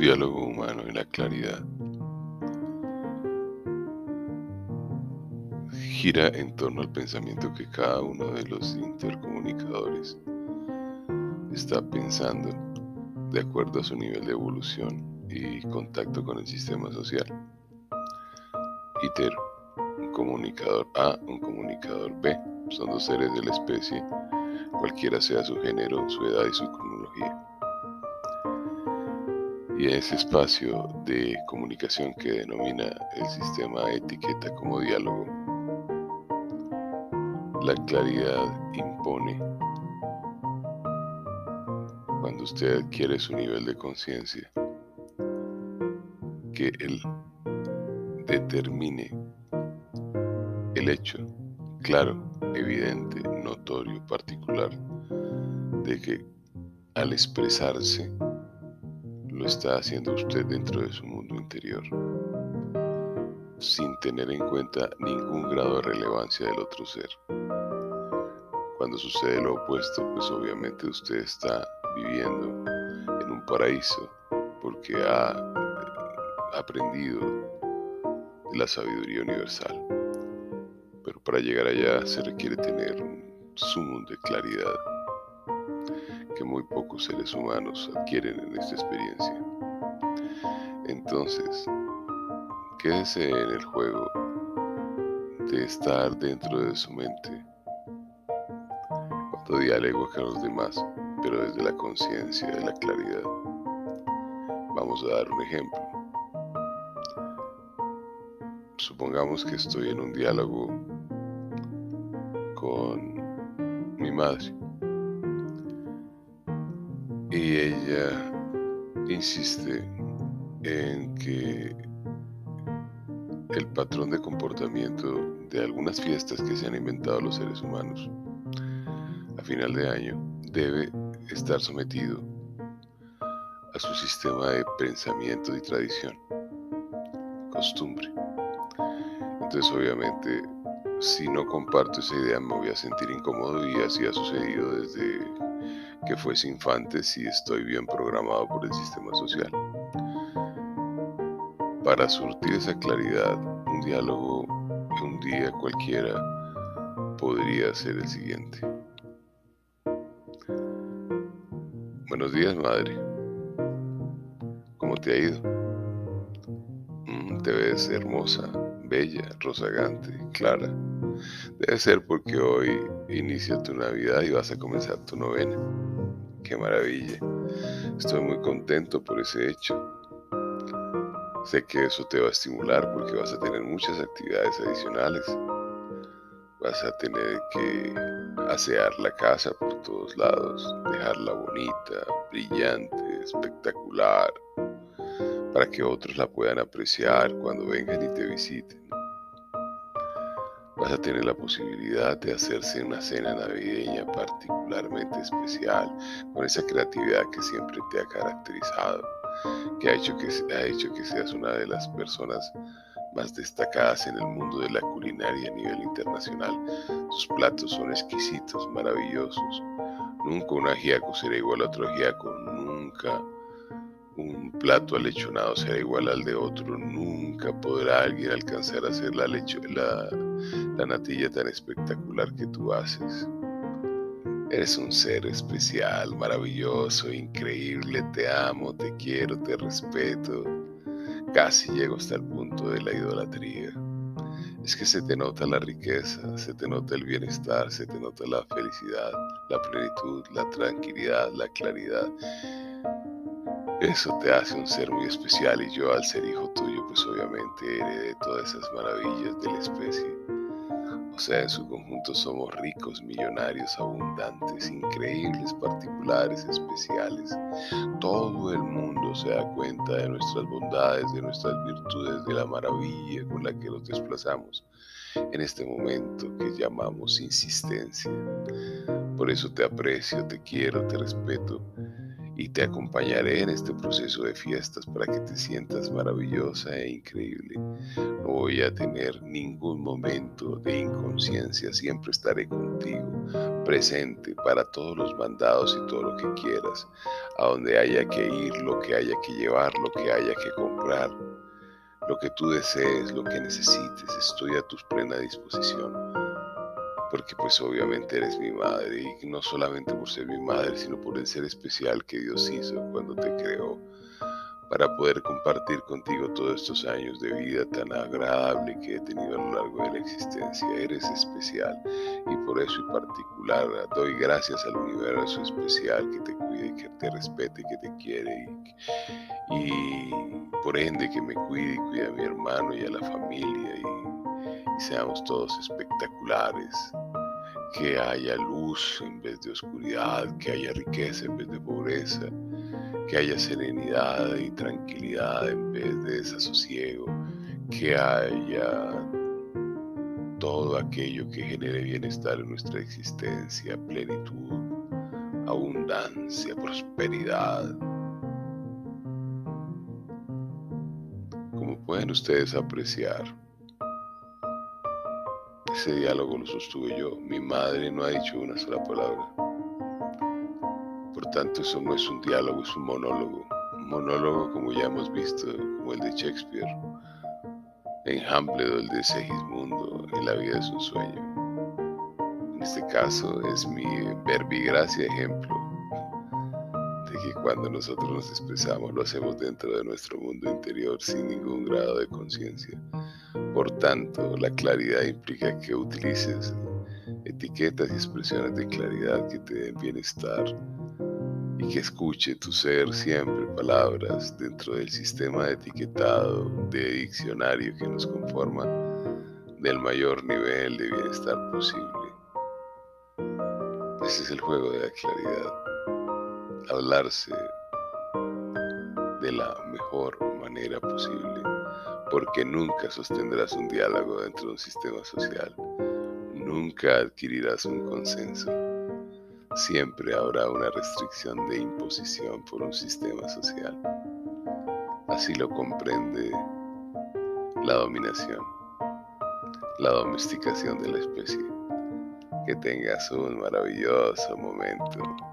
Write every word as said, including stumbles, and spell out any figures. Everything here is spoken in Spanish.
diálogo humano en la claridad gira en torno al pensamiento que cada uno de los intercomunicadores está pensando de acuerdo a su nivel de evolución y contacto con el sistema social. ITER, un comunicador A, un comunicador B, son dos seres de la especie, cualquiera sea su género, su edad y su cronología. Y en ese espacio de comunicación que denomina el sistema etiqueta como diálogo, la claridad impone cuando usted adquiere su nivel de conciencia que él determine el hecho claro, evidente, notorio, particular de que al expresarse lo está haciendo usted dentro de su mundo interior, sin tener en cuenta ningún grado de relevancia del otro ser. Cuando sucede lo opuesto, pues obviamente usted está viviendo en un paraíso porque ha aprendido de la sabiduría universal. Pero para llegar allá se requiere tener un sumo de claridad que muy pocos seres humanos adquieren en esta experiencia. Entonces, quédese en el juego de estar dentro de su mente cuando dialoga con los demás, pero desde la conciencia de la claridad. Vamos a dar un ejemplo. Supongamos que estoy en un diálogo con mi madre y ella insiste en que el patrón de comportamiento de algunas fiestas que se han inventado los seres humanos a final de año debe estar sometido a su sistema de pensamiento y tradición, costumbre. Entonces obviamente si no comparto esa idea me voy a sentir incómodo, y así ha sucedido desde que fuese infante si estoy bien programado por el sistema social. Para surtir esa claridad, un diálogo un día cualquiera podría ser el siguiente. Buenos días, madre. ¿Cómo te ha ido? Mm, te ves hermosa, bella, rozagante, clara. Debe ser porque hoy inicia tu Navidad y vas a comenzar tu novena. ¡Qué maravilla! Estoy muy contento por ese hecho. Sé que eso te va a estimular porque vas a tener muchas actividades adicionales. Vas a tener que asear la casa por todos lados, dejarla bonita, brillante, espectacular, para que otros la puedan apreciar cuando vengan y te visiten. Vas a tener la posibilidad de hacerse una cena navideña particularmente especial, con esa creatividad que siempre te ha caracterizado, que ha hecho que, ha hecho que seas una de las personas más destacadas en el mundo de la culinaria a nivel internacional. Sus platos son exquisitos, maravillosos. Nunca un ajiaco será igual a otro ajiaco, nunca un plato alechonado será igual al de otro, nunca podrá alguien alcanzar a hacer la, lecho, la, la natilla tan espectacular que tú haces. Eres un ser especial, maravilloso, increíble, te amo, te quiero, te respeto. Casi llego hasta el punto de la idolatría. Es que se te nota la riqueza, se te nota el bienestar, se te nota la felicidad, la plenitud, la tranquilidad, la claridad. Eso te hace un ser muy especial, y yo, al ser hijo tuyo, pues obviamente heredé todas esas maravillas de la especie. O sea, en su conjunto somos ricos, millonarios, abundantes, increíbles, particulares, especiales. Todo el mundo se da cuenta de nuestras bondades, de nuestras virtudes, de la maravilla con la que nos desplazamos en este momento que llamamos insistencia. Por eso te aprecio, te quiero, te respeto, y te acompañaré en este proceso de fiestas para que te sientas maravillosa e increíble. No voy a tener ningún momento de inconsciencia, siempre estaré contigo, presente para todos los mandados y todo lo que quieras, a donde haya que ir, lo que haya que llevar, lo que haya que comprar, lo que tú desees, lo que necesites, estoy a tu plena disposición. Porque pues obviamente eres mi madre, y no solamente por ser mi madre, sino por el ser especial que Dios hizo cuando te creó, para poder compartir contigo todos estos años de vida tan agradable que he tenido a lo largo de la existencia. Eres especial y por eso en particular doy gracias al universo especial que te cuide y que te respete y que te quiere, y, y por ende que me cuide y cuide a mi hermano y a la familia, y, y seamos todos espectaculares. Que haya luz en vez de oscuridad, que haya riqueza en vez de pobreza, que haya serenidad y tranquilidad en vez de desasosiego, que haya todo aquello que genere bienestar en nuestra existencia, plenitud, abundancia, prosperidad. Como pueden ustedes apreciar, ese diálogo lo sostuve yo. Mi madre no ha dicho una sola palabra. Por tanto, eso no es un diálogo, es un monólogo. Un monólogo, como ya hemos visto, como el de Shakespeare, en Hamlet o el de Segismundo, en La vida es un sueño. En este caso es mi verbigracia ejemplo de que cuando nosotros nos expresamos lo hacemos dentro de nuestro mundo interior sin ningún grado de conciencia. Por tanto, la claridad implica que utilices etiquetas y expresiones de claridad que te den bienestar, y que escuche tu ser siempre palabras dentro del sistema de etiquetado de diccionario que nos conforma del mayor nivel de bienestar posible. Ese es el juego de la claridad. Hablarse de la mejor manera posible, porque nunca sostendrás un diálogo dentro de un sistema social. Nunca adquirirás un consenso. Siempre habrá una restricción de imposición por un sistema social. Así lo comprende la dominación, la domesticación de la especie. Que tengas un maravilloso momento.